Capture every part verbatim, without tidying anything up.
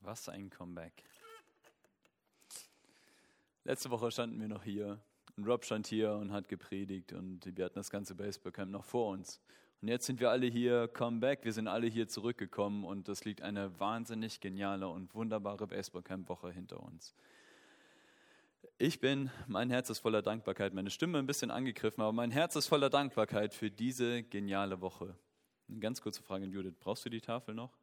Was ein Comeback. Letzte Woche standen wir noch hier und Rob stand hier und hat gepredigt und wir hatten das ganze Baseballcamp noch vor uns. Und jetzt sind wir alle hier, Comeback, wir sind alle hier zurückgekommen und es liegt eine wahnsinnig geniale und wunderbare Baseballcamp-Woche hinter uns. Ich bin, mein Herz ist voller Dankbarkeit, meine Stimme ein bisschen angegriffen, aber mein Herz ist voller Dankbarkeit für diese geniale Woche. Eine ganz kurze Frage an Judith, brauchst du die Tafel noch?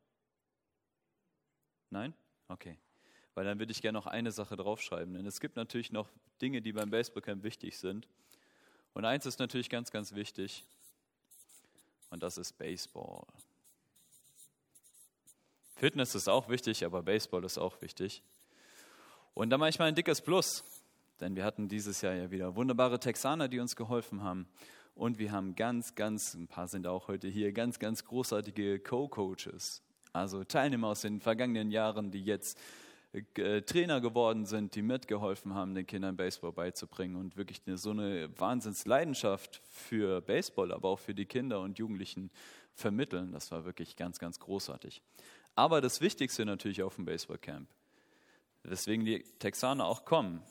Nein? Okay. Weil dann würde ich gerne noch eine Sache draufschreiben. Denn es gibt natürlich noch Dinge, die beim Baseballcamp wichtig sind. Und eins ist natürlich ganz, ganz wichtig. Und das ist Baseball. Fitness ist auch wichtig, aber Baseball ist auch wichtig. Und da mache ich mal ein dickes Plus. Denn wir hatten dieses Jahr ja wieder wunderbare Texaner, die uns geholfen haben. Und wir haben ganz, ganz, ein paar sind auch heute hier, ganz, ganz großartige Co-Coaches. Also Teilnehmer aus den vergangenen Jahren, die jetzt äh, Trainer geworden sind, die mitgeholfen haben, den Kindern Baseball beizubringen und wirklich eine, so eine Wahnsinnsleidenschaft für Baseball, aber auch für die Kinder und Jugendlichen vermitteln. Das war wirklich ganz, ganz großartig. Aber das Wichtigste natürlich auf dem Baseballcamp, weswegen die Texaner auch kommen.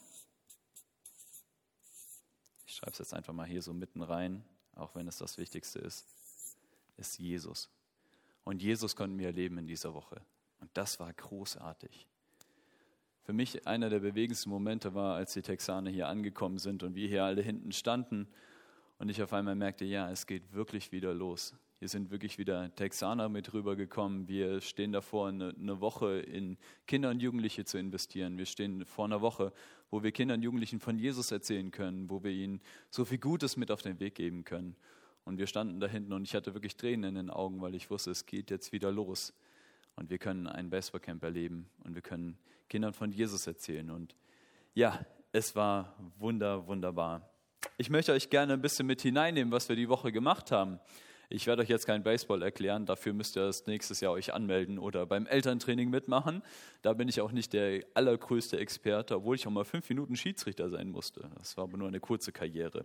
Ich schreibe es jetzt einfach mal hier so mitten rein, auch wenn es das Wichtigste ist, ist Jesus. Und Jesus konnten wir erleben in dieser Woche. Und das war großartig. Für mich einer der bewegendsten Momente war, als die Texaner hier angekommen sind und wir hier alle hinten standen und ich auf einmal merkte, ja, es geht wirklich wieder los. Hier sind wirklich wieder Texaner mit rübergekommen. Wir stehen davor, eine, eine Woche in Kinder und Jugendliche zu investieren. Wir stehen vor einer Woche, wo wir Kindern und Jugendlichen von Jesus erzählen können, wo wir ihnen so viel Gutes mit auf den Weg geben können. Und wir standen da hinten und ich hatte wirklich Tränen in den Augen, weil ich wusste, es geht jetzt wieder los. Und wir können ein Baseballcamp erleben und wir können Kindern von Jesus erzählen. Und ja, es war wunder, wunderbar. Ich möchte euch gerne ein bisschen mit hineinnehmen, was wir die Woche gemacht haben. Ich werde euch jetzt kein Baseball erklären, dafür müsst ihr das nächstes Jahr euch anmelden oder beim Elterntraining mitmachen. Da bin ich auch nicht der allergrößte Experte, obwohl ich auch mal fünf Minuten Schiedsrichter sein musste. Das war aber nur eine kurze Karriere.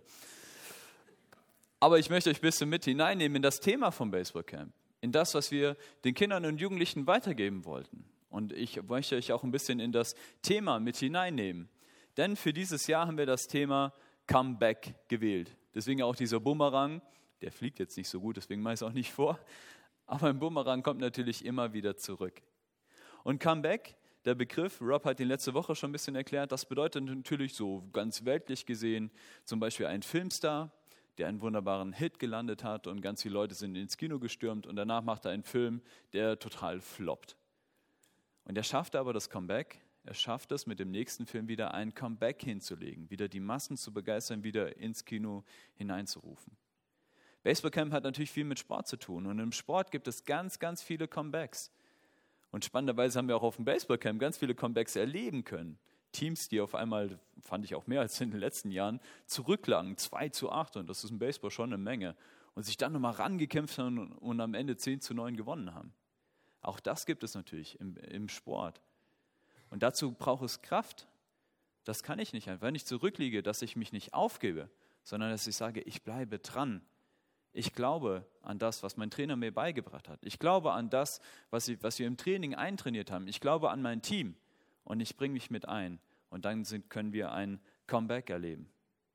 Aber ich möchte euch ein bisschen mit hineinnehmen in das Thema vom Baseballcamp, in das, was wir den Kindern und Jugendlichen weitergeben wollten. Und ich möchte euch auch ein bisschen in das Thema mit hineinnehmen. Denn für dieses Jahr haben wir das Thema Comeback gewählt. Deswegen auch dieser Bumerang, der fliegt jetzt nicht so gut, deswegen mache ich es auch nicht vor. Aber ein Bumerang kommt natürlich immer wieder zurück. Und Comeback, der Begriff, Rob hat ihn letzte Woche schon ein bisschen erklärt, das bedeutet natürlich so ganz weltlich gesehen zum Beispiel ein Filmstar, der einen wunderbaren Hit gelandet hat und ganz viele Leute sind ins Kino gestürmt und danach macht er einen Film, der total floppt. Und er schafft aber das Comeback, er schafft es mit dem nächsten Film wieder ein Comeback hinzulegen, wieder die Massen zu begeistern, wieder ins Kino hineinzurufen. Baseballcamp hat natürlich viel mit Sport zu tun und im Sport gibt es ganz, ganz viele Comebacks. Und spannenderweise haben wir auch auf dem Baseballcamp ganz viele Comebacks erleben können. Teams, die auf einmal, fand ich auch mehr als in den letzten Jahren, zurücklagen, zwei zu acht, und das ist im Baseball schon eine Menge, und sich dann nochmal rangekämpft haben und, und am Ende zehn zu neun gewonnen haben. Auch das gibt es natürlich im, im Sport. Und dazu braucht es Kraft. Das kann ich nicht, wenn ich zurückliege, dass ich mich nicht aufgebe, sondern dass ich sage, ich bleibe dran. Ich glaube an das, was mein Trainer mir beigebracht hat. Ich glaube an das, was, ich, was wir im Training eintrainiert haben. Ich glaube an mein Team. Und ich bringe mich mit ein. Und dann sind, können wir ein Comeback erleben.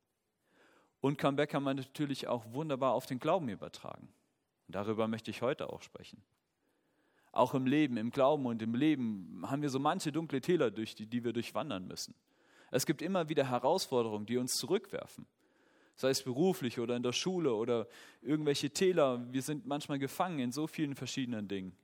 Und Comeback kann man natürlich auch wunderbar auf den Glauben übertragen. Und darüber möchte ich heute auch sprechen. Auch im Leben, im Glauben und im Leben haben wir so manche dunkle Täler, durch die, die wir durchwandern müssen. Es gibt immer wieder Herausforderungen, die uns zurückwerfen. Sei es beruflich oder in der Schule oder irgendwelche Täler. Wir sind manchmal gefangen in so vielen verschiedenen Dingen.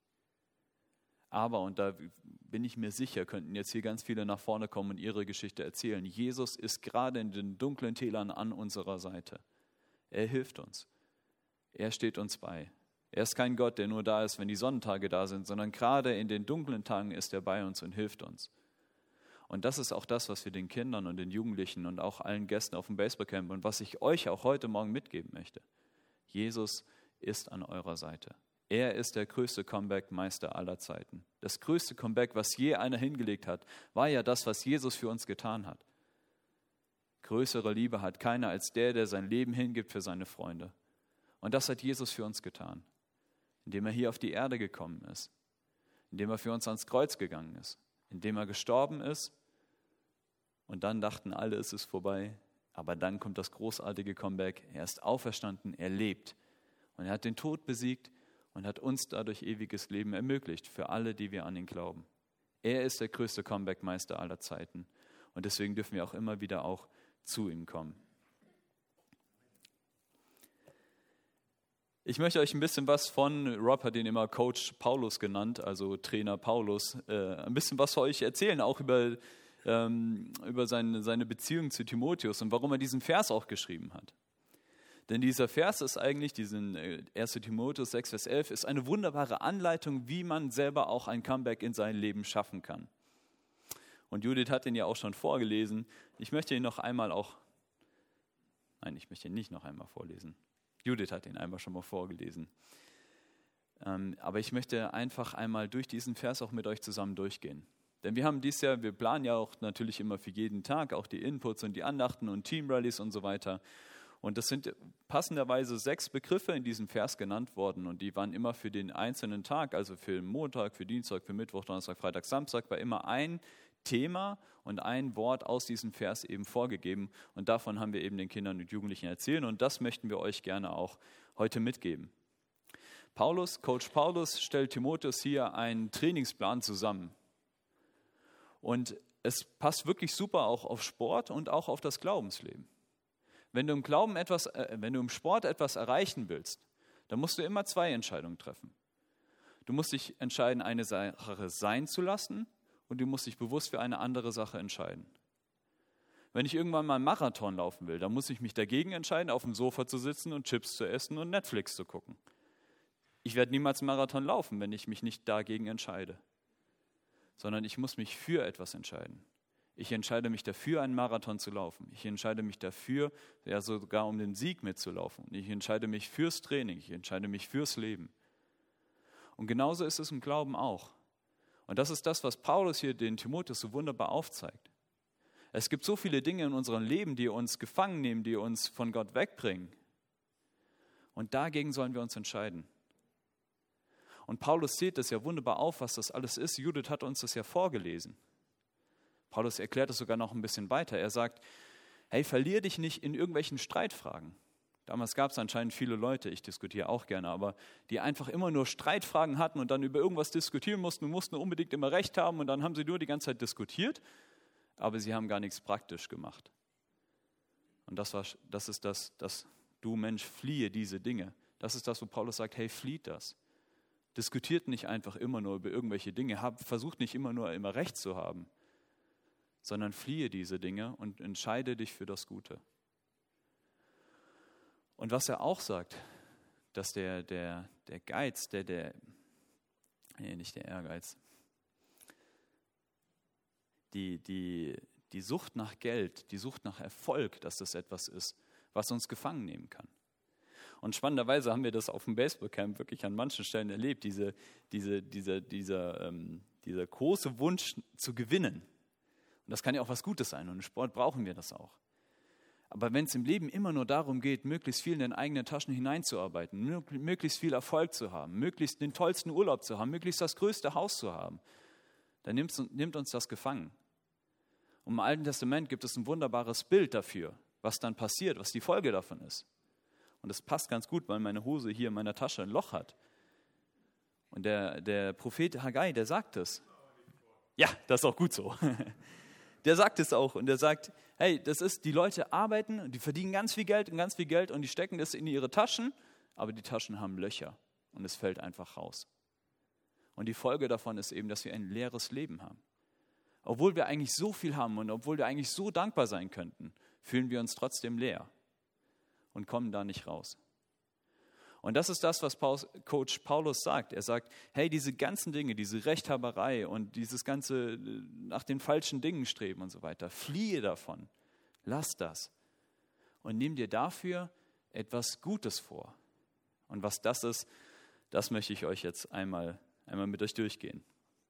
Aber, und da bin ich mir sicher, könnten jetzt hier ganz viele nach vorne kommen und ihre Geschichte erzählen. Jesus ist gerade in den dunklen Tälern an unserer Seite. Er hilft uns. Er steht uns bei. Er ist kein Gott, der nur da ist, wenn die Sonnentage da sind, sondern gerade in den dunklen Tagen ist er bei uns und hilft uns. Und das ist auch das, was wir den Kindern und den Jugendlichen und auch allen Gästen auf dem Baseballcamp und was ich euch auch heute Morgen mitgeben möchte. Jesus ist an eurer Seite. Er ist der größte Comeback-Meister aller Zeiten. Das größte Comeback, was je einer hingelegt hat, war ja das, was Jesus für uns getan hat. Größere Liebe hat keiner als der, der sein Leben hingibt für seine Freunde. Und das hat Jesus für uns getan, indem er hier auf die Erde gekommen ist, indem er für uns ans Kreuz gegangen ist, indem er gestorben ist. Und dann dachten alle, es ist vorbei. Aber dann kommt das großartige Comeback. Er ist auferstanden, er lebt. Und er hat den Tod besiegt und hat uns dadurch ewiges Leben ermöglicht, für alle, die wir an ihn glauben. Er ist der größte Comeback-Meister aller Zeiten. Und deswegen dürfen wir auch immer wieder auch zu ihm kommen. Ich möchte euch ein bisschen was von, Rob hat ihn immer Coach Paulus genannt, also Trainer Paulus, äh, ein bisschen was für euch erzählen, auch über, ähm, über seine, seine Beziehung zu Timotheus und warum er diesen Vers auch geschrieben hat. Denn dieser Vers ist eigentlich, diesen erster Timotheus sechs, Vers elf, ist eine wunderbare Anleitung, wie man selber auch ein Comeback in sein Leben schaffen kann. Und Judith hat ihn ja auch schon vorgelesen. Ich möchte ihn noch einmal auch, nein, ich möchte ihn nicht noch einmal vorlesen. Judith hat ihn einmal schon mal vorgelesen. Ähm, aber ich möchte einfach einmal durch diesen Vers auch mit euch zusammen durchgehen. Denn wir haben dieses Jahr, wir planen ja auch natürlich immer für jeden Tag, auch die Inputs und die Andachten und Teamrallies und so weiter. Und das sind passenderweise sechs Begriffe in diesem Vers genannt worden. Und die waren immer für den einzelnen Tag, also für Montag, für Dienstag, für Mittwoch, Donnerstag, Freitag, Samstag, war immer ein Thema und ein Wort aus diesem Vers eben vorgegeben. Und davon haben wir eben den Kindern und Jugendlichen erzählt. Und das möchten wir euch gerne auch heute mitgeben. Paulus, Coach Paulus, stellt Timotheus hier einen Trainingsplan zusammen. Und es passt wirklich super auch auf Sport und auch auf das Glaubensleben. Wenn du im Glauben etwas, äh, wenn du im Sport etwas erreichen willst, dann musst du immer zwei Entscheidungen treffen. Du musst dich entscheiden, eine Sache sein zu lassen, und du musst dich bewusst für eine andere Sache entscheiden. Wenn ich irgendwann mal einen Marathon laufen will, dann muss ich mich dagegen entscheiden, auf dem Sofa zu sitzen und Chips zu essen und Netflix zu gucken. Ich werde niemals einen Marathon laufen, wenn ich mich nicht dagegen entscheide. Sondern ich muss mich für etwas entscheiden. Ich entscheide mich dafür, einen Marathon zu laufen. Ich entscheide mich dafür, ja sogar um den Sieg mitzulaufen. Ich entscheide mich fürs Training. Ich entscheide mich fürs Leben. Und genauso ist es im Glauben auch. Und das ist das, was Paulus hier den Timotheus so wunderbar aufzeigt. Es gibt so viele Dinge in unserem Leben, die uns gefangen nehmen, die uns von Gott wegbringen. Und dagegen sollen wir uns entscheiden. Und Paulus zählt das ja wunderbar auf, was das alles ist. Judith hat uns das ja vorgelesen. Paulus erklärt es sogar noch ein bisschen weiter. Er sagt, hey, verlier dich nicht in irgendwelchen Streitfragen. Damals gab es anscheinend viele Leute, ich diskutiere auch gerne, aber die einfach immer nur Streitfragen hatten und dann über irgendwas diskutieren mussten und mussten unbedingt immer Recht haben und dann haben sie nur die ganze Zeit diskutiert, aber sie haben gar nichts praktisch gemacht. Und das, war, das ist das, dass du Mensch fliehe diese Dinge. Das ist das, wo Paulus sagt, hey, flieht das. Diskutiert nicht einfach immer nur über irgendwelche Dinge, hab, versucht nicht immer nur immer Recht zu haben, sondern fliehe diese Dinge und entscheide dich für das Gute. Und was er auch sagt, dass der, der, der Geiz, der, der, nee, nicht der Ehrgeiz, die, die, die Sucht nach Geld, die Sucht nach Erfolg, dass das etwas ist, was uns gefangen nehmen kann. Und spannenderweise haben wir das auf dem Baseballcamp wirklich an manchen Stellen erlebt, diese, diese, diese, dieser, ähm, dieser große Wunsch zu gewinnen. Und das kann ja auch was Gutes sein und im Sport brauchen wir das auch. Aber wenn es im Leben immer nur darum geht, möglichst viel in den eigenen Taschen hineinzuarbeiten, möglichst viel Erfolg zu haben, möglichst den tollsten Urlaub zu haben, möglichst das größte Haus zu haben, dann nimmt, nimmt uns das gefangen. Und im Alten Testament gibt es ein wunderbares Bild dafür, was dann passiert, was die Folge davon ist. Und das passt ganz gut, weil meine Hose hier in meiner Tasche ein Loch hat. Und der, der Prophet Haggai, der sagt es. Ja, das ist auch gut so. Der sagt es auch und der sagt, hey, das ist, die Leute arbeiten und die verdienen ganz viel Geld und ganz viel Geld und die stecken das in ihre Taschen, aber die Taschen haben Löcher und es fällt einfach raus. Und die Folge davon ist eben, dass wir ein leeres Leben haben. Obwohl wir eigentlich so viel haben und obwohl wir eigentlich so dankbar sein könnten, fühlen wir uns trotzdem leer und kommen da nicht raus. Und das ist das, was Coach Paulus sagt. Er sagt, hey, diese ganzen Dinge, diese Rechthaberei und dieses ganze nach den falschen Dingen streben und so weiter, fliehe davon, lass das und nimm dir dafür etwas Gutes vor. Und was das ist, das möchte ich euch jetzt einmal, einmal mit euch durchgehen.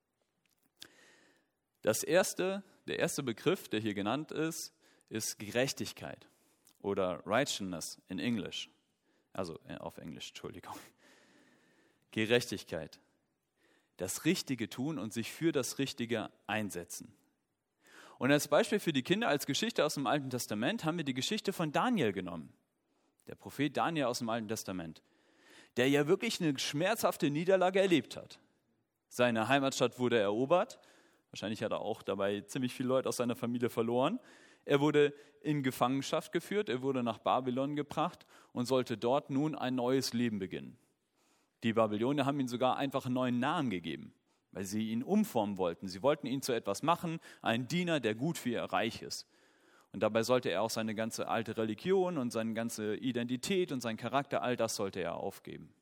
Das erste, der erste Begriff, der hier genannt ist, ist Gerechtigkeit oder Righteousness in Englisch. Also auf Englisch, Entschuldigung. Gerechtigkeit. Das Richtige tun und sich für das Richtige einsetzen. Und als Beispiel für die Kinder, als Geschichte aus dem Alten Testament, haben wir die Geschichte von Daniel genommen. Der Prophet Daniel aus dem Alten Testament, der ja wirklich eine schmerzhafte Niederlage erlebt hat. Seine Heimatstadt wurde erobert. Wahrscheinlich hat er auch dabei ziemlich viele Leute aus seiner Familie verloren. Er wurde in Gefangenschaft geführt, er wurde nach Babylon gebracht und sollte dort nun ein neues Leben beginnen. Die Babylonier haben ihm sogar einfach einen neuen Namen gegeben, weil sie ihn umformen wollten. Sie wollten ihn zu etwas machen, einen Diener, der gut für ihr Reich ist. Und dabei sollte er auch seine ganze alte Religion und seine ganze Identität und sein Charakter, all das sollte er aufgeben.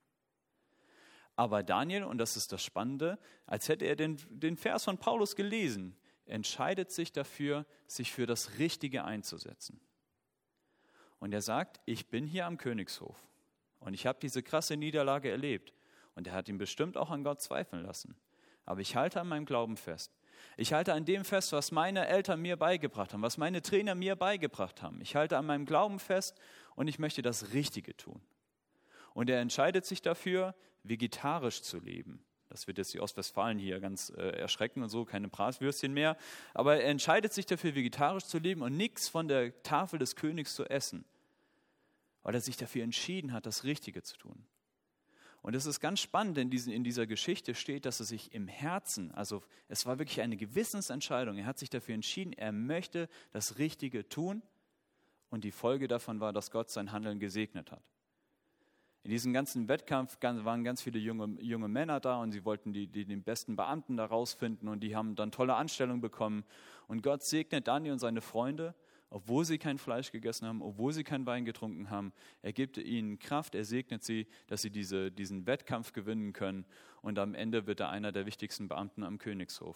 Aber Daniel, und das ist das Spannende, als hätte er den, den Vers von Paulus gelesen, entscheidet sich dafür, sich für das Richtige einzusetzen. Und er sagt, ich bin hier am Königshof und ich habe diese krasse Niederlage erlebt. Und er hat ihn bestimmt auch an Gott zweifeln lassen. Aber ich halte an meinem Glauben fest. Ich halte an dem fest, was meine Eltern mir beigebracht haben, was meine Trainer mir beigebracht haben. Ich halte an meinem Glauben fest und ich möchte das Richtige tun. Und er entscheidet sich dafür, vegetarisch zu leben. Das wird jetzt die Ostwestfalen hier ganz äh, erschrecken und so, keine Bratwürstchen mehr. Aber er entscheidet sich dafür, vegetarisch zu leben und nichts von der Tafel des Königs zu essen, weil er sich dafür entschieden hat, das Richtige zu tun. Und es ist ganz spannend, denn in dieser Geschichte steht, dass er sich im Herzen, also es war wirklich eine Gewissensentscheidung, er hat sich dafür entschieden, er möchte das Richtige tun und die Folge davon war, dass Gott sein Handeln gesegnet hat. In diesem ganzen Wettkampf waren ganz viele junge, junge Männer da und sie wollten die, die, den besten Beamten da rausfinden und die haben dann tolle Anstellungen bekommen. Und Gott segnet Daniel und seine Freunde, obwohl sie kein Fleisch gegessen haben, obwohl sie kein Wein getrunken haben. Er gibt ihnen Kraft, er segnet sie, dass sie diese, diesen Wettkampf gewinnen können. Und am Ende wird er einer der wichtigsten Beamten am Königshof.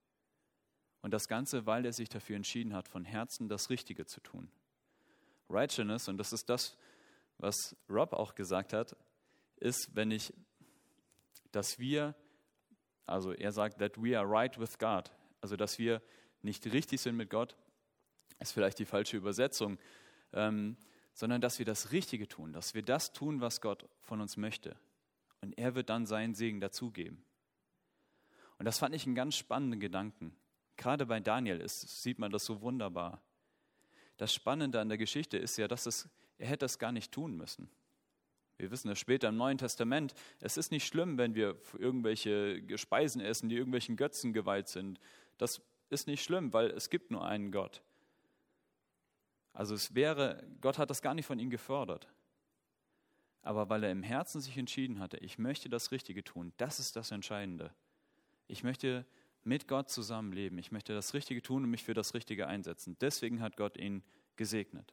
Und das Ganze, weil er sich dafür entschieden hat, von Herzen das Richtige zu tun. Righteousness, und das ist das, was Rob auch gesagt hat, ist, wenn ich, dass wir, also er sagt, that we are right with God, also dass wir nicht richtig sind mit Gott, ist vielleicht die falsche Übersetzung, ähm, sondern dass wir das Richtige tun, dass wir das tun, was Gott von uns möchte. Und er wird dann seinen Segen dazugeben. Und das fand ich einen ganz spannenden Gedanken. Gerade bei Daniel ist, sieht man das so wunderbar. Das Spannende an der Geschichte ist ja, dass es, er hätte das gar nicht tun müssen. Wir wissen das später im Neuen Testament. Es ist nicht schlimm, wenn wir irgendwelche Speisen essen, die irgendwelchen Götzen geweiht sind. Das ist nicht schlimm, weil es gibt nur einen Gott. Also es wäre, Gott hat das gar nicht von ihm gefordert. Aber weil er im Herzen sich entschieden hatte, ich möchte das Richtige tun, das ist das Entscheidende. Ich möchte mit Gott zusammenleben, ich möchte das Richtige tun und mich für das Richtige einsetzen. Deswegen hat Gott ihn gesegnet.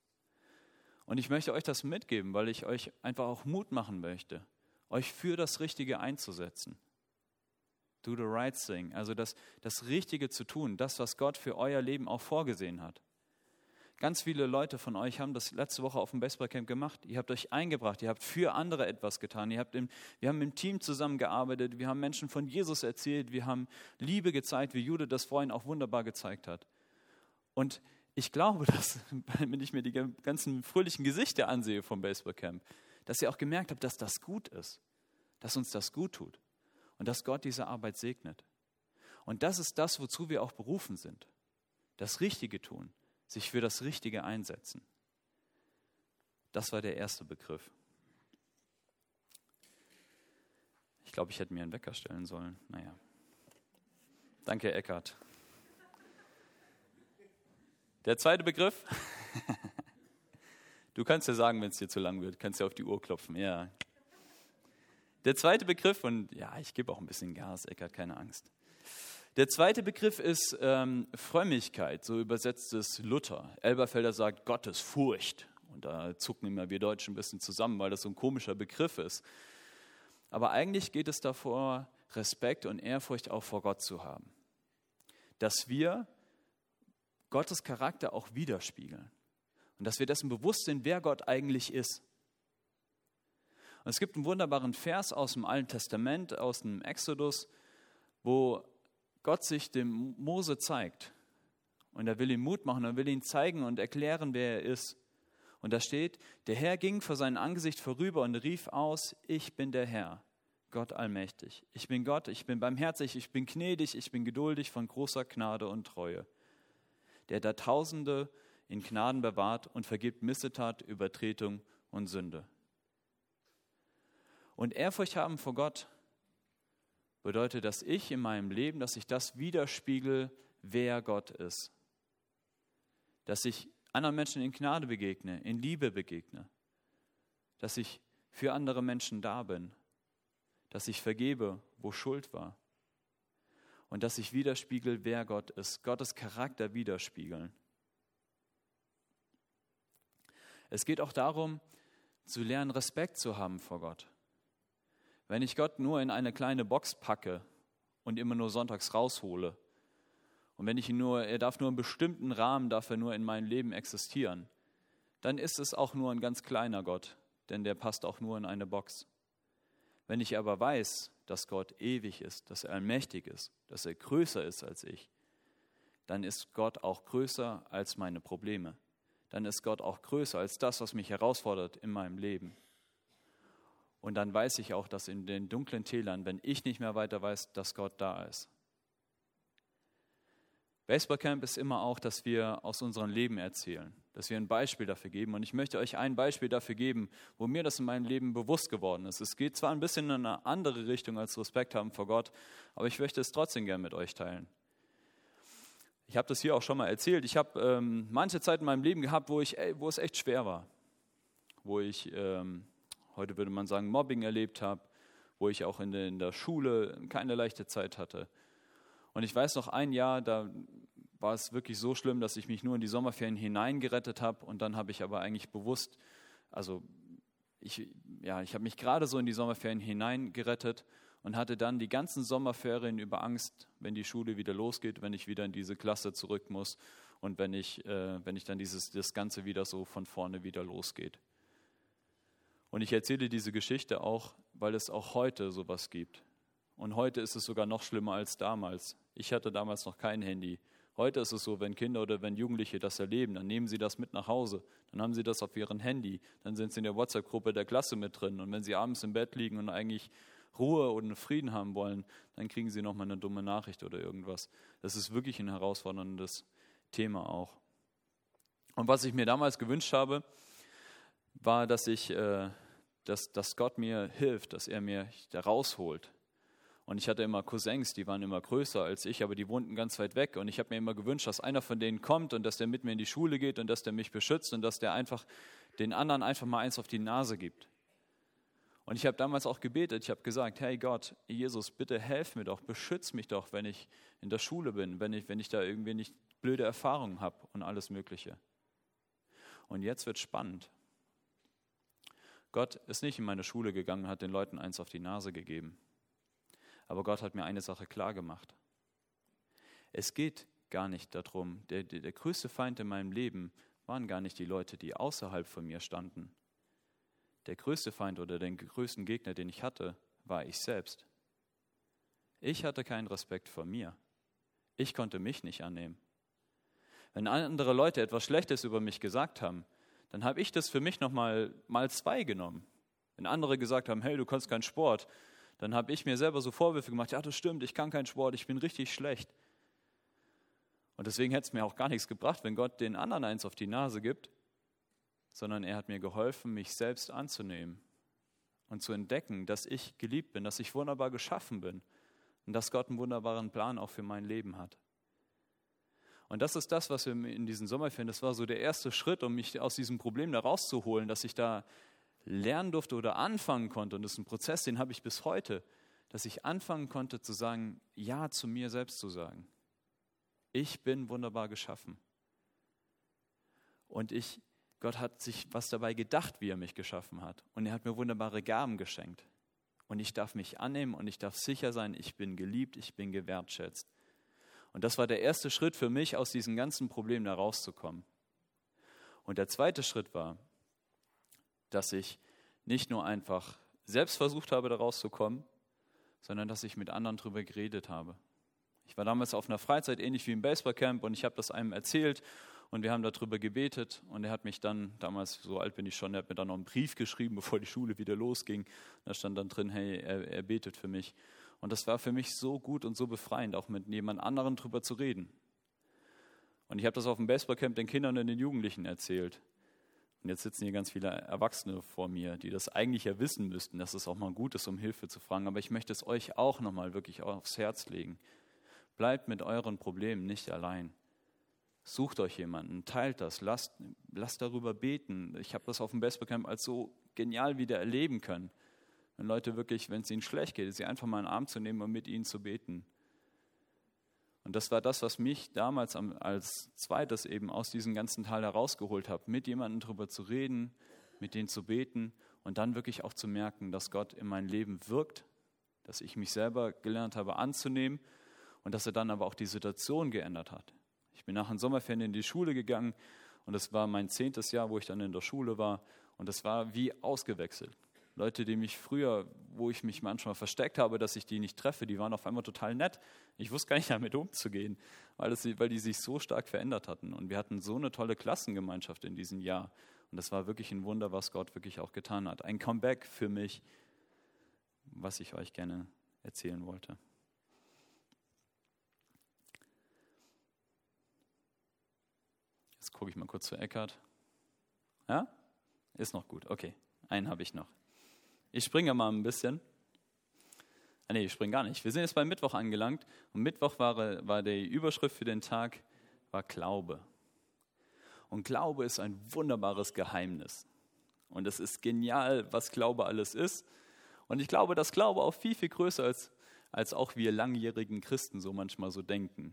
Und ich möchte euch das mitgeben, weil ich euch einfach auch Mut machen möchte, euch für das Richtige einzusetzen. Do the right thing, also das, das Richtige zu tun, das, was Gott für euer Leben auch vorgesehen hat. Ganz viele Leute von euch haben das letzte Woche auf dem Baseballcamp gemacht. Ihr habt euch eingebracht, ihr habt für andere etwas getan. Ihr habt im, wir haben im Team zusammengearbeitet, wir haben Menschen von Jesus erzählt, wir haben Liebe gezeigt, wie Jude das vorhin auch wunderbar gezeigt hat. Und ich glaube, dass, wenn ich mir die ganzen fröhlichen Gesichter ansehe vom Baseballcamp, dass ihr auch gemerkt habt, dass das gut ist, dass uns das gut tut und dass Gott diese Arbeit segnet. Und das ist das, wozu wir auch berufen sind. Das Richtige tun. Sich für das Richtige einsetzen. Das war der erste Begriff. Ich glaube, ich hätte mir einen Wecker stellen sollen. Naja. Danke, Eckart. Der zweite Begriff. Du kannst ja sagen, wenn es dir zu lang wird. Du kannst ja auf die Uhr klopfen. Ja. Der zweite Begriff, und ja, ich gebe auch ein bisschen Gas, Eckart, keine Angst. Der zweite Begriff ist ähm, Frömmigkeit, so übersetzt es Luther. Elberfelder sagt Gottesfurcht. Und da zucken immer wir Deutschen ein bisschen zusammen, weil das so ein komischer Begriff ist. Aber eigentlich geht es davor, Respekt und Ehrfurcht auch vor Gott zu haben. Dass wir Gottes Charakter auch widerspiegeln. Und dass wir dessen bewusst sind, wer Gott eigentlich ist. Und es gibt einen wunderbaren Vers aus dem Alten Testament, aus dem Exodus, wo Gott sich dem Mose zeigt und er will ihm Mut machen, er will ihn zeigen und erklären, wer er ist. Und da steht, der Herr ging vor seinem Angesicht vorüber und rief aus, ich bin der Herr, Gott allmächtig. Ich bin Gott, ich bin barmherzig, ich bin gnädig, ich bin geduldig, von großer Gnade und Treue, der da Tausende in Gnaden bewahrt und vergibt Missetat, Übertretung und Sünde. Und Ehrfurcht haben vor Gott bedeutet, dass ich in meinem Leben, dass ich das widerspiegel, wer Gott ist. Dass ich anderen Menschen in Gnade begegne, in Liebe begegne. Dass ich für andere Menschen da bin. Dass ich vergebe, wo Schuld war. Und dass ich widerspiegel, wer Gott ist. Gottes Charakter widerspiegeln. Es geht auch darum, zu lernen, Respekt zu haben vor Gott. Wenn ich Gott nur in eine kleine Box packe und immer nur sonntags raushole und wenn ich ihn nur, er darf nur einen bestimmten Rahmen, darf er nur in meinem Leben existieren, dann ist es auch nur ein ganz kleiner Gott, denn der passt auch nur in eine Box. Wenn ich aber weiß, dass Gott ewig ist, dass er allmächtig ist, dass er größer ist als ich, dann ist Gott auch größer als meine Probleme. Dann ist Gott auch größer als das, was mich herausfordert in meinem Leben. Und dann weiß ich auch, dass in den dunklen Tälern, wenn ich nicht mehr weiter weiß, dass Gott da ist. Baseballcamp ist immer auch, dass wir aus unserem Leben erzählen, dass wir ein Beispiel dafür geben. Und ich möchte euch ein Beispiel dafür geben, wo mir das in meinem Leben bewusst geworden ist. Es geht zwar ein bisschen in eine andere Richtung als Respekt haben vor Gott, aber ich möchte es trotzdem gerne mit euch teilen. Ich habe das hier auch schon mal erzählt. Ich habe ähm, manche Zeit in meinem Leben gehabt, wo, ich, wo es echt schwer war, wo ich... Ähm, heute würde man sagen, Mobbing erlebt habe, wo ich auch in der, in der Schule keine leichte Zeit hatte. Und ich weiß noch ein Jahr, da war es wirklich so schlimm, dass ich mich nur in die Sommerferien hineingerettet habe und dann habe ich aber eigentlich bewusst, also ich, ja, ich habe mich gerade so in die Sommerferien hineingerettet und hatte dann die ganzen Sommerferien über Angst, wenn die Schule wieder losgeht, wenn ich wieder in diese Klasse zurück muss und wenn ich, äh, wenn ich dann dieses, das Ganze wieder so von vorne wieder losgeht. Und ich erzähle diese Geschichte auch, weil es auch heute sowas gibt. Und heute ist es sogar noch schlimmer als damals. Ich hatte damals noch kein Handy. Heute ist es so, wenn Kinder oder wenn Jugendliche das erleben, dann nehmen sie das mit nach Hause. Dann haben sie das auf ihrem Handy. Dann sind sie in der WhatsApp-Gruppe der Klasse mit drin. Und wenn sie abends im Bett liegen und eigentlich Ruhe und Frieden haben wollen, dann kriegen sie nochmal eine dumme Nachricht oder irgendwas. Das ist wirklich ein herausforderndes Thema auch. Und was ich mir damals gewünscht habe, war, dass ich... Äh, Dass, dass Gott mir hilft, dass er mir da rausholt. Und ich hatte immer Cousins, die waren immer größer als ich, aber die wohnten ganz weit weg. Und ich habe mir immer gewünscht, dass einer von denen kommt und dass der mit mir in die Schule geht und dass der mich beschützt und dass der einfach den anderen einfach mal eins auf die Nase gibt. Und ich habe damals auch gebetet, ich habe gesagt, hey Gott, Jesus, bitte helf mir doch, beschütz mich doch, wenn ich in der Schule bin, wenn ich, wenn ich da irgendwie nicht blöde Erfahrungen habe und alles Mögliche. Und jetzt wird es spannend. Gott ist nicht in meine Schule gegangen und hat den Leuten eins auf die Nase gegeben. Aber Gott hat mir eine Sache klar gemacht. Es geht gar nicht darum, der, der, der größte Feind in meinem Leben waren gar nicht die Leute, die außerhalb von mir standen. Der größte Feind oder den größten Gegner, den ich hatte, war ich selbst. Ich hatte keinen Respekt vor mir. Ich konnte mich nicht annehmen. Wenn andere Leute etwas Schlechtes über mich gesagt haben, dann habe ich das für mich nochmal mal zwei genommen. Wenn andere gesagt haben, hey, du kannst keinen Sport, dann habe ich mir selber so Vorwürfe gemacht, ja, das stimmt, ich kann keinen Sport, ich bin richtig schlecht. Und deswegen hätte es mir auch gar nichts gebracht, wenn Gott den anderen eins auf die Nase gibt, sondern er hat mir geholfen, mich selbst anzunehmen und zu entdecken, dass ich geliebt bin, dass ich wunderbar geschaffen bin und dass Gott einen wunderbaren Plan auch für mein Leben hat. Und das ist das, was wir in diesen Sommerferien, das war so der erste Schritt, um mich aus diesem Problem da rauszuholen, dass ich da lernen durfte oder anfangen konnte. Und das ist ein Prozess, den habe ich bis heute, dass ich anfangen konnte zu sagen, ja zu mir selbst zu sagen. Ich bin wunderbar geschaffen. Und ich, Gott hat sich was dabei gedacht, wie er mich geschaffen hat. Und er hat mir wunderbare Gaben geschenkt. Und ich darf mich annehmen und ich darf sicher sein, ich bin geliebt, ich bin gewertschätzt. Und das war der erste Schritt für mich, aus diesen ganzen Problemen da rauszukommen. Und der zweite Schritt war, dass ich nicht nur einfach selbst versucht habe, da rauszukommen, sondern dass ich mit anderen darüber geredet habe. Ich war damals auf einer Freizeit, ähnlich wie im Baseballcamp, und ich habe das einem erzählt. Und wir haben darüber gebetet und er hat mich dann, damals so alt bin ich schon, er hat mir dann noch einen Brief geschrieben, bevor die Schule wieder losging. Da stand dann drin, hey, er, er betet für mich. Und das war für mich so gut und so befreiend, auch mit jemand anderem drüber zu reden. Und ich habe das auf dem Baseballcamp den Kindern und den Jugendlichen erzählt. Und jetzt sitzen hier ganz viele Erwachsene vor mir, die das eigentlich ja wissen müssten, dass es auch mal gut ist, um Hilfe zu fragen. Aber ich möchte es euch auch nochmal wirklich aufs Herz legen. Bleibt mit euren Problemen nicht allein. Sucht euch jemanden, teilt das, lasst, lasst darüber beten. Ich habe das auf dem Baseballcamp als so genial wieder erleben können. Wenn Leute wirklich, wenn es ihnen schlecht geht, sie einfach mal in den Arm zu nehmen und mit ihnen zu beten. Und das war das, was mich damals als zweites eben aus diesem ganzen Teil herausgeholt hat, mit jemandem darüber zu reden, mit denen zu beten und dann wirklich auch zu merken, dass Gott in mein Leben wirkt, dass ich mich selber gelernt habe anzunehmen und dass er dann aber auch die Situation geändert hat. Ich bin nach den Sommerferien in die Schule gegangen und das war mein zehntes Jahr, wo ich dann in der Schule war und das war wie ausgewechselt. Leute, die mich früher, wo ich mich manchmal versteckt habe, dass ich die nicht treffe, die waren auf einmal total nett. Ich wusste gar nicht damit umzugehen, weil, das, weil die sich so stark verändert hatten. Und wir hatten so eine tolle Klassengemeinschaft in diesem Jahr. Und das war wirklich ein Wunder, was Gott wirklich auch getan hat. Ein Comeback für mich, was ich euch gerne erzählen wollte. Jetzt gucke ich mal kurz zu Eckhard. Ja? Ist noch gut, okay. Einen habe ich noch. Ich springe mal ein bisschen. Ah, nee, ich springe gar nicht. Wir sind jetzt beim Mittwoch angelangt. Und Mittwoch war, war die Überschrift für den Tag, war Glaube. Und Glaube ist ein wunderbares Geheimnis. Und es ist genial, was Glaube alles ist. Und ich glaube, dass Glaube auch viel, viel größer ist, als auch wir langjährigen Christen so manchmal so denken.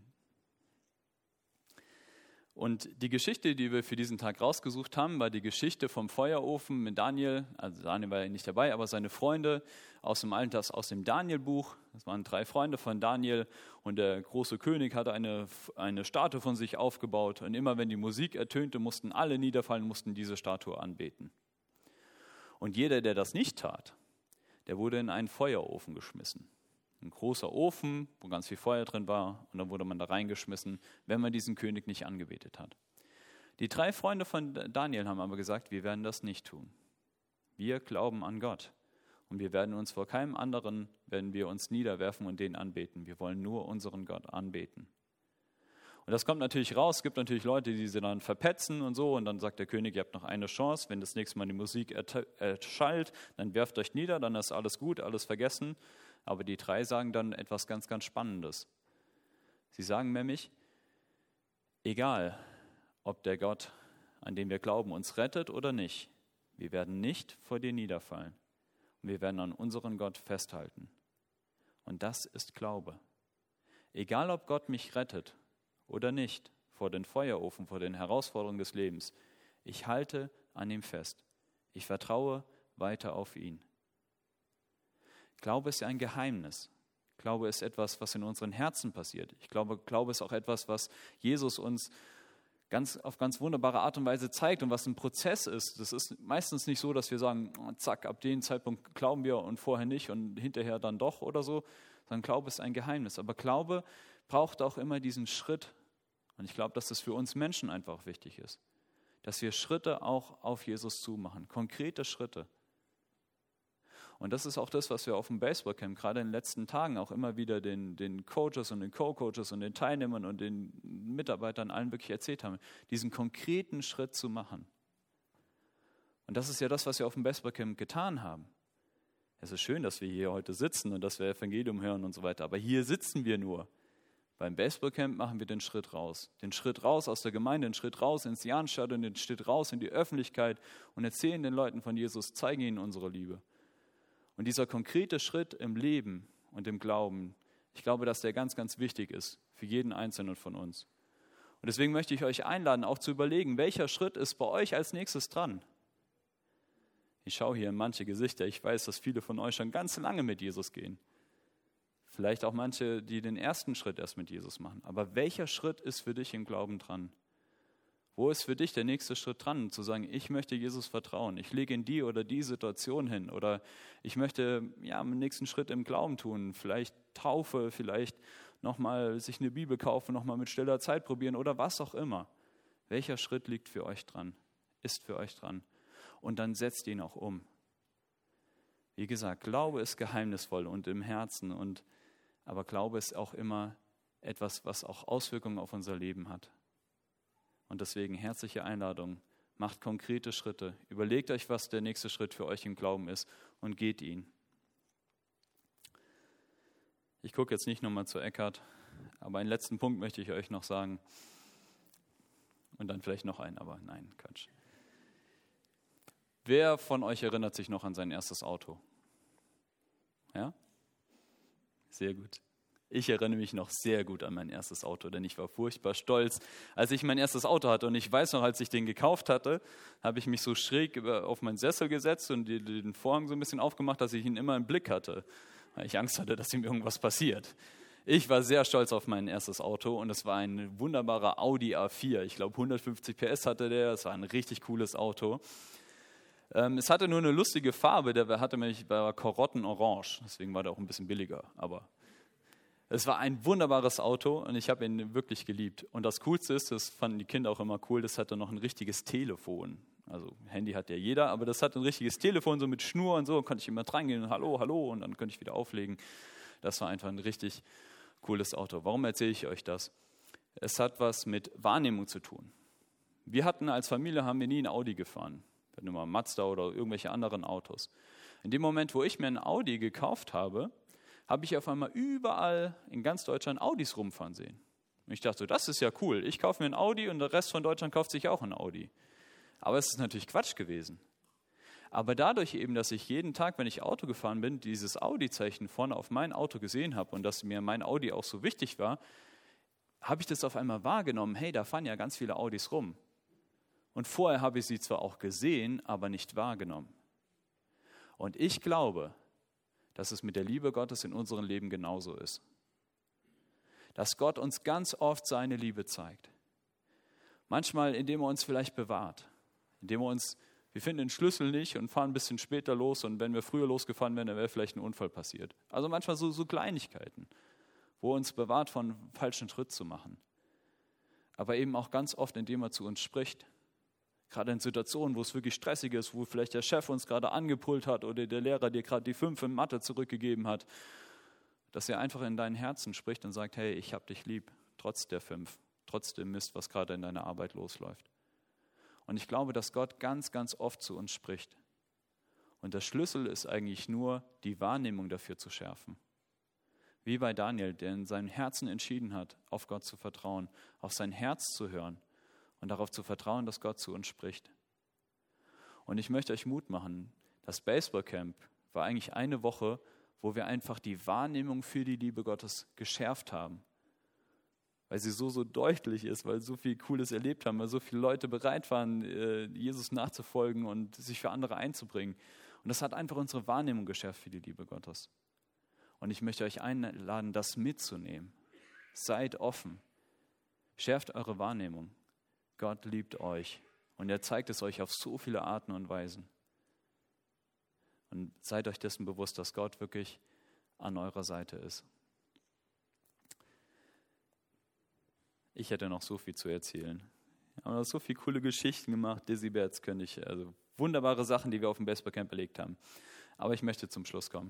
Und die Geschichte, die wir für diesen Tag rausgesucht haben, war die Geschichte vom Feuerofen mit Daniel. Also Daniel war ja nicht dabei, aber seine Freunde aus dem Alten, aus dem Daniel-Buch. Das waren drei Freunde von Daniel und der große König hatte eine, eine Statue von sich aufgebaut. Und immer wenn die Musik ertönte, mussten alle niederfallen, mussten diese Statue anbeten. Und jeder, der das nicht tat, der wurde in einen Feuerofen geschmissen. Ein großer Ofen, wo ganz viel Feuer drin war und dann wurde man da reingeschmissen, wenn man diesen König nicht angebetet hat. Die drei Freunde von Daniel haben aber gesagt, wir werden das nicht tun. Wir glauben an Gott und wir werden uns vor keinem anderen, werden wir uns niederwerfen und den anbeten. Wir wollen nur unseren Gott anbeten. Und das kommt natürlich raus, es gibt natürlich Leute, die sie dann verpetzen und so und dann sagt der König, ihr habt noch eine Chance, wenn das nächste Mal die Musik erschallt, dann werft euch nieder, dann ist alles gut, alles vergessen. Aber die drei sagen dann etwas ganz, ganz Spannendes. Sie sagen nämlich, egal, ob der Gott, an den wir glauben, uns rettet oder nicht, wir werden nicht vor dir niederfallen. Und wir werden an unseren Gott festhalten. Und das ist Glaube. Egal, ob Gott mich rettet oder nicht, vor den Feuerofen, vor den Herausforderungen des Lebens, ich halte an ihm fest. Ich vertraue weiter auf ihn. Glaube ist ja ein Geheimnis. Glaube ist etwas, was in unseren Herzen passiert. Ich glaube, Glaube ist auch etwas, was Jesus uns ganz, auf ganz wunderbare Art und Weise zeigt und was ein Prozess ist. Das ist meistens nicht so, dass wir sagen, zack, ab dem Zeitpunkt glauben wir und vorher nicht und hinterher dann doch oder so, sondern Glaube ist ein Geheimnis. Aber Glaube braucht auch immer diesen Schritt. Und ich glaube, dass das für uns Menschen einfach wichtig ist, dass wir Schritte auch auf Jesus zumachen, konkrete Schritte. Und das ist auch das, was wir auf dem Baseballcamp gerade in den letzten Tagen auch immer wieder den, den Coaches und den Co-Coaches und den Teilnehmern und den Mitarbeitern allen wirklich erzählt haben, diesen konkreten Schritt zu machen. Und das ist ja das, was wir auf dem Baseballcamp getan haben. Es ist schön, dass wir hier heute sitzen und dass wir Evangelium hören und so weiter, aber hier sitzen wir nur. Beim Baseballcamp machen wir den Schritt raus. Den Schritt raus aus der Gemeinde, den Schritt raus ins Jahnstadion, den Schritt raus in die Öffentlichkeit und erzählen den Leuten von Jesus, zeigen ihnen unsere Liebe. Und dieser konkrete Schritt im Leben und im Glauben, ich glaube, dass der ganz, ganz wichtig ist für jeden Einzelnen von uns. Und deswegen möchte ich euch einladen, auch zu überlegen, welcher Schritt ist bei euch als nächstes dran? Ich schaue hier in manche Gesichter. Ich weiß, dass viele von euch schon ganz lange mit Jesus gehen. Vielleicht auch manche, die den ersten Schritt erst mit Jesus machen. Aber welcher Schritt ist für dich im Glauben dran? Wo ist für dich der nächste Schritt dran, zu sagen, ich möchte Jesus vertrauen, ich lege in die oder die Situation hin oder ich möchte ja einen nächsten Schritt im Glauben tun, vielleicht Taufe, vielleicht nochmal sich eine Bibel kaufen, nochmal mit stiller Zeit probieren oder was auch immer. Welcher Schritt liegt für euch dran? Ist für euch dran? Und dann setzt ihn auch um. Wie gesagt, Glaube ist geheimnisvoll und im Herzen, und, aber Glaube ist auch immer etwas, was auch Auswirkungen auf unser Leben hat. Und deswegen herzliche Einladung, macht konkrete Schritte. Überlegt euch, was der nächste Schritt für euch im Glauben ist und geht ihn. Ich gucke jetzt nicht nochmal zu Eckhart, aber einen letzten Punkt möchte ich euch noch sagen. Und dann vielleicht noch einen, aber nein, Quatsch. Wer von euch erinnert sich noch an sein erstes Auto? Ja? Sehr gut. Ich erinnere mich noch sehr gut an mein erstes Auto, denn ich war furchtbar stolz, als ich mein erstes Auto hatte. Und ich weiß noch, als ich den gekauft hatte, habe ich mich so schräg auf meinen Sessel gesetzt und den Vorhang so ein bisschen aufgemacht, dass ich ihn immer im Blick hatte, weil ich Angst hatte, dass ihm irgendwas passiert. Ich war sehr stolz auf mein erstes Auto und es war ein wunderbarer Audi A vier. Ich glaube, hundertfünfzig P S hatte der, es war ein richtig cooles Auto. Ähm, es hatte nur eine lustige Farbe, der hatte nämlich bei Karottenorange, deswegen war der auch ein bisschen billiger. Aber es war ein wunderbares Auto und ich habe ihn wirklich geliebt. Und das Coolste ist, das fanden die Kinder auch immer cool, das hatte noch ein richtiges Telefon. Also Handy hat ja jeder, aber das hatte ein richtiges Telefon, so mit Schnur und so, konnte ich immer dran gehen und hallo, hallo, und dann konnte ich wieder auflegen. Das war einfach ein richtig cooles Auto. Warum erzähle ich euch das? Es hat was mit Wahrnehmung zu tun. Wir hatten als Familie, haben wir nie ein Audi gefahren. Wir hatten immer Mazda oder irgendwelche anderen Autos. In dem Moment, wo ich mir ein Audi gekauft habe, habe ich auf einmal überall in ganz Deutschland Audis rumfahren sehen. Und ich dachte, das ist ja cool. Ich kaufe mir ein Audi und der Rest von Deutschland kauft sich auch ein Audi. Aber es ist natürlich Quatsch gewesen. Aber dadurch eben, dass ich jeden Tag, wenn ich Auto gefahren bin, dieses Audi-Zeichen vorne auf mein Auto gesehen habe und dass mir mein Audi auch so wichtig war, habe ich das auf einmal wahrgenommen, hey, da fahren ja ganz viele Audis rum. Und vorher habe ich sie zwar auch gesehen, aber nicht wahrgenommen. Und ich glaube, dass es mit der Liebe Gottes in unserem Leben genauso ist. Dass Gott uns ganz oft seine Liebe zeigt. Manchmal, indem er uns vielleicht bewahrt, indem er uns Wir finden den Schlüssel nicht und fahren ein bisschen später los, und wenn wir früher losgefahren wären, dann wäre vielleicht ein Unfall passiert. Also manchmal so, so Kleinigkeiten, wo er uns bewahrt, von einem falschen Schritt zu machen. Aber eben auch ganz oft, indem er zu uns spricht. Gerade in Situationen, wo es wirklich stressig ist, wo vielleicht der Chef uns gerade angepult hat oder der Lehrer dir gerade die fünf in Mathe zurückgegeben hat, dass er einfach in dein Herzen spricht und sagt, hey, ich hab dich lieb, trotz der fünf, trotz dem Mist, was gerade in deiner Arbeit losläuft. Und ich glaube, dass Gott ganz, ganz oft zu uns spricht. Und der Schlüssel ist eigentlich nur, die Wahrnehmung dafür zu schärfen. Wie bei Daniel, der in seinem Herzen entschieden hat, auf Gott zu vertrauen, auf sein Herz zu hören und darauf zu vertrauen, dass Gott zu uns spricht. Und ich möchte euch Mut machen, das Baseballcamp war eigentlich eine Woche, wo wir einfach die Wahrnehmung für die Liebe Gottes geschärft haben. Weil sie so, so deutlich ist, weil so viel Cooles erlebt haben, weil so viele Leute bereit waren, Jesus nachzufolgen und sich für andere einzubringen. Und das hat einfach unsere Wahrnehmung geschärft für die Liebe Gottes. Und ich möchte euch einladen, das mitzunehmen. Seid offen. Schärft eure Wahrnehmung. Gott liebt euch. Und er zeigt es euch auf so viele Arten und Weisen. Und seid euch dessen bewusst, dass Gott wirklich an eurer Seite ist. Ich hätte noch so viel zu erzählen. Wir haben noch so viele coole Geschichten gemacht. Dizzy-Bats könnte ich, also wunderbare Sachen, die wir auf dem Baseballcamp erlebt haben. Aber ich möchte zum Schluss kommen.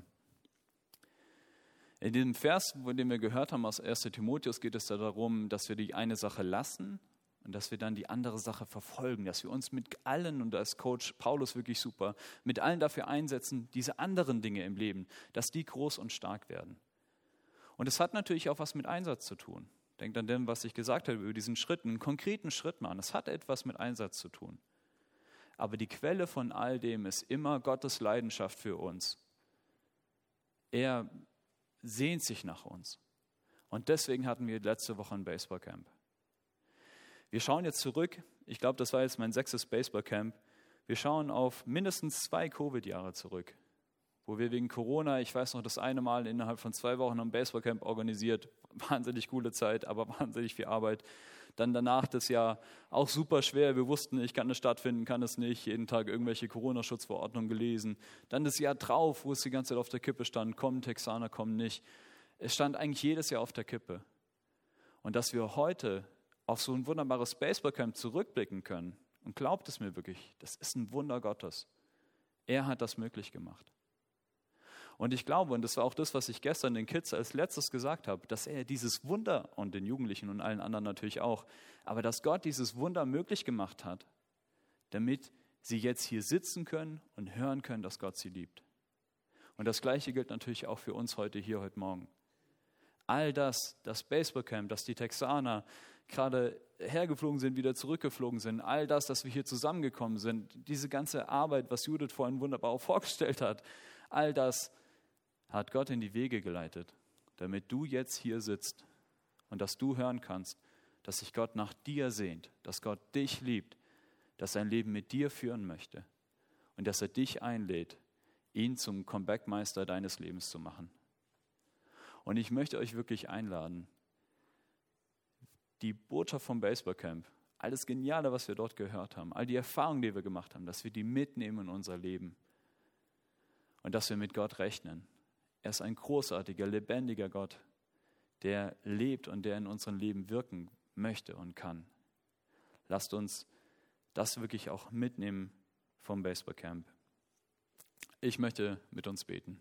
In dem Vers, den wir gehört haben aus erster Timotheus, geht es darum, dass wir die eine Sache lassen und dass wir dann die andere Sache verfolgen, dass wir uns mit allen, und da ist Coach Paulus wirklich super, mit allen dafür einsetzen, diese anderen Dinge im Leben, dass die groß und stark werden. Und es hat natürlich auch was mit Einsatz zu tun. Denkt an dem, was ich gesagt habe, über diesen Schritt, einen konkreten Schritt machen. Es hat etwas mit Einsatz zu tun. Aber die Quelle von all dem ist immer Gottes Leidenschaft für uns. Er sehnt sich nach uns. Und deswegen hatten wir letzte Woche ein Baseballcamp. Wir schauen jetzt zurück, ich glaube, das war jetzt mein sechstes Baseballcamp. Wir schauen auf mindestens zwei Covid-Jahre zurück, wo wir wegen Corona, ich weiß noch, das eine Mal innerhalb von zwei Wochen ein Baseballcamp organisiert. Wahnsinnig coole Zeit, aber wahnsinnig viel Arbeit. Dann danach das Jahr auch super schwer. Wir wussten, ich kann es stattfinden, kann es nicht. Jeden Tag irgendwelche Corona-Schutzverordnungen gelesen. Dann das Jahr drauf, wo es die ganze Zeit auf der Kippe stand, kommen Texaner, kommen nicht. Es stand eigentlich jedes Jahr auf der Kippe. Und dass wir heute auf so ein wunderbares Baseballcamp zurückblicken können. Und glaubt es mir wirklich, das ist ein Wunder Gottes. Er hat das möglich gemacht. Und ich glaube, und das war auch das, was ich gestern den Kids als letztes gesagt habe, dass er dieses Wunder, und den Jugendlichen und allen anderen natürlich auch, aber dass Gott dieses Wunder möglich gemacht hat, damit sie jetzt hier sitzen können und hören können, dass Gott sie liebt. Und das Gleiche gilt natürlich auch für uns heute hier, heute Morgen. All das, das Baseballcamp, dass die Texaner gerade hergeflogen sind, wieder zurückgeflogen sind, all das, dass wir hier zusammengekommen sind, diese ganze Arbeit, was Judith vorhin wunderbar auch vorgestellt hat, all das hat Gott in die Wege geleitet, damit du jetzt hier sitzt und dass du hören kannst, dass sich Gott nach dir sehnt, dass Gott dich liebt, dass sein Leben mit dir führen möchte und dass er dich einlädt, ihn zum Comeback-Meister deines Lebens zu machen. Und ich möchte euch wirklich einladen, die Botschaft vom Baseballcamp, all das Geniale, was wir dort gehört haben, all die Erfahrungen, die wir gemacht haben, dass wir die mitnehmen in unser Leben und dass wir mit Gott rechnen. Er ist ein großartiger, lebendiger Gott, der lebt und der in unserem Leben wirken möchte und kann. Lasst uns das wirklich auch mitnehmen vom Baseballcamp. Ich möchte mit uns beten.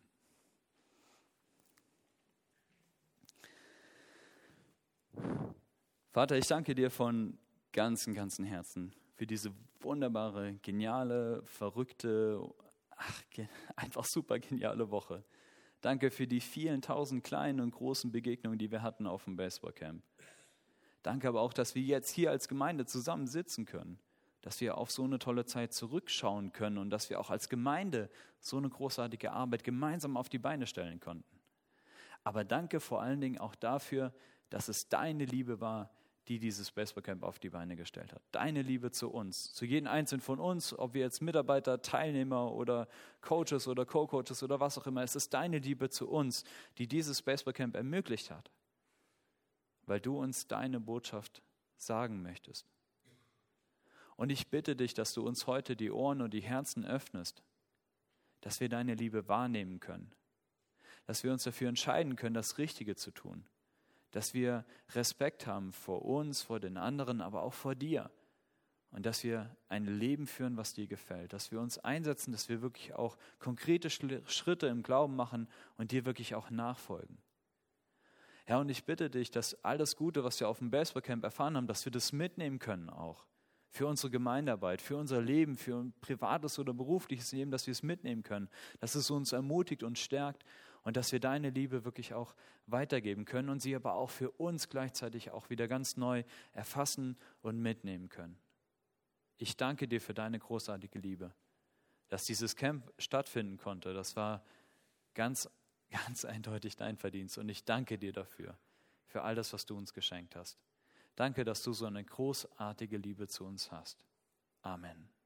Vater, ich danke dir von ganzem, ganzem Herzen für diese wunderbare, geniale, verrückte, ach, einfach super geniale Woche. Danke für die vielen tausend kleinen und großen Begegnungen, die wir hatten auf dem Baseballcamp. Danke aber auch, dass wir jetzt hier als Gemeinde zusammen sitzen können, dass wir auf so eine tolle Zeit zurückschauen können und dass wir auch als Gemeinde so eine großartige Arbeit gemeinsam auf die Beine stellen konnten. Aber danke vor allen Dingen auch dafür, dass es deine Liebe war, die dieses Baseballcamp auf die Beine gestellt hat. Deine Liebe zu uns, zu jedem Einzelnen von uns, ob wir jetzt Mitarbeiter, Teilnehmer oder Coaches oder Co-Coaches oder was auch immer, es ist deine Liebe zu uns, die dieses Baseballcamp ermöglicht hat, weil du uns deine Botschaft sagen möchtest. Und ich bitte dich, dass du uns heute die Ohren und die Herzen öffnest, dass wir deine Liebe wahrnehmen können, dass wir uns dafür entscheiden können, das Richtige zu tun, dass wir Respekt haben vor uns, vor den anderen, aber auch vor dir und dass wir ein Leben führen, was dir gefällt, dass wir uns einsetzen, dass wir wirklich auch konkrete Schritte im Glauben machen und dir wirklich auch nachfolgen. Herr, und ich bitte dich, dass all das Gute, was wir auf dem Baseballcamp erfahren haben, dass wir das mitnehmen können auch für unsere Gemeindearbeit, für unser Leben, für ein privates oder berufliches Leben, dass wir es mitnehmen können, dass es uns ermutigt und stärkt und dass wir deine Liebe wirklich auch weitergeben können und sie aber auch für uns gleichzeitig auch wieder ganz neu erfassen und mitnehmen können. Ich danke dir für deine großartige Liebe, dass dieses Camp stattfinden konnte. Das war ganz, ganz eindeutig dein Verdienst und ich danke dir dafür, für all das, was du uns geschenkt hast. Danke, dass du so eine großartige Liebe zu uns hast. Amen.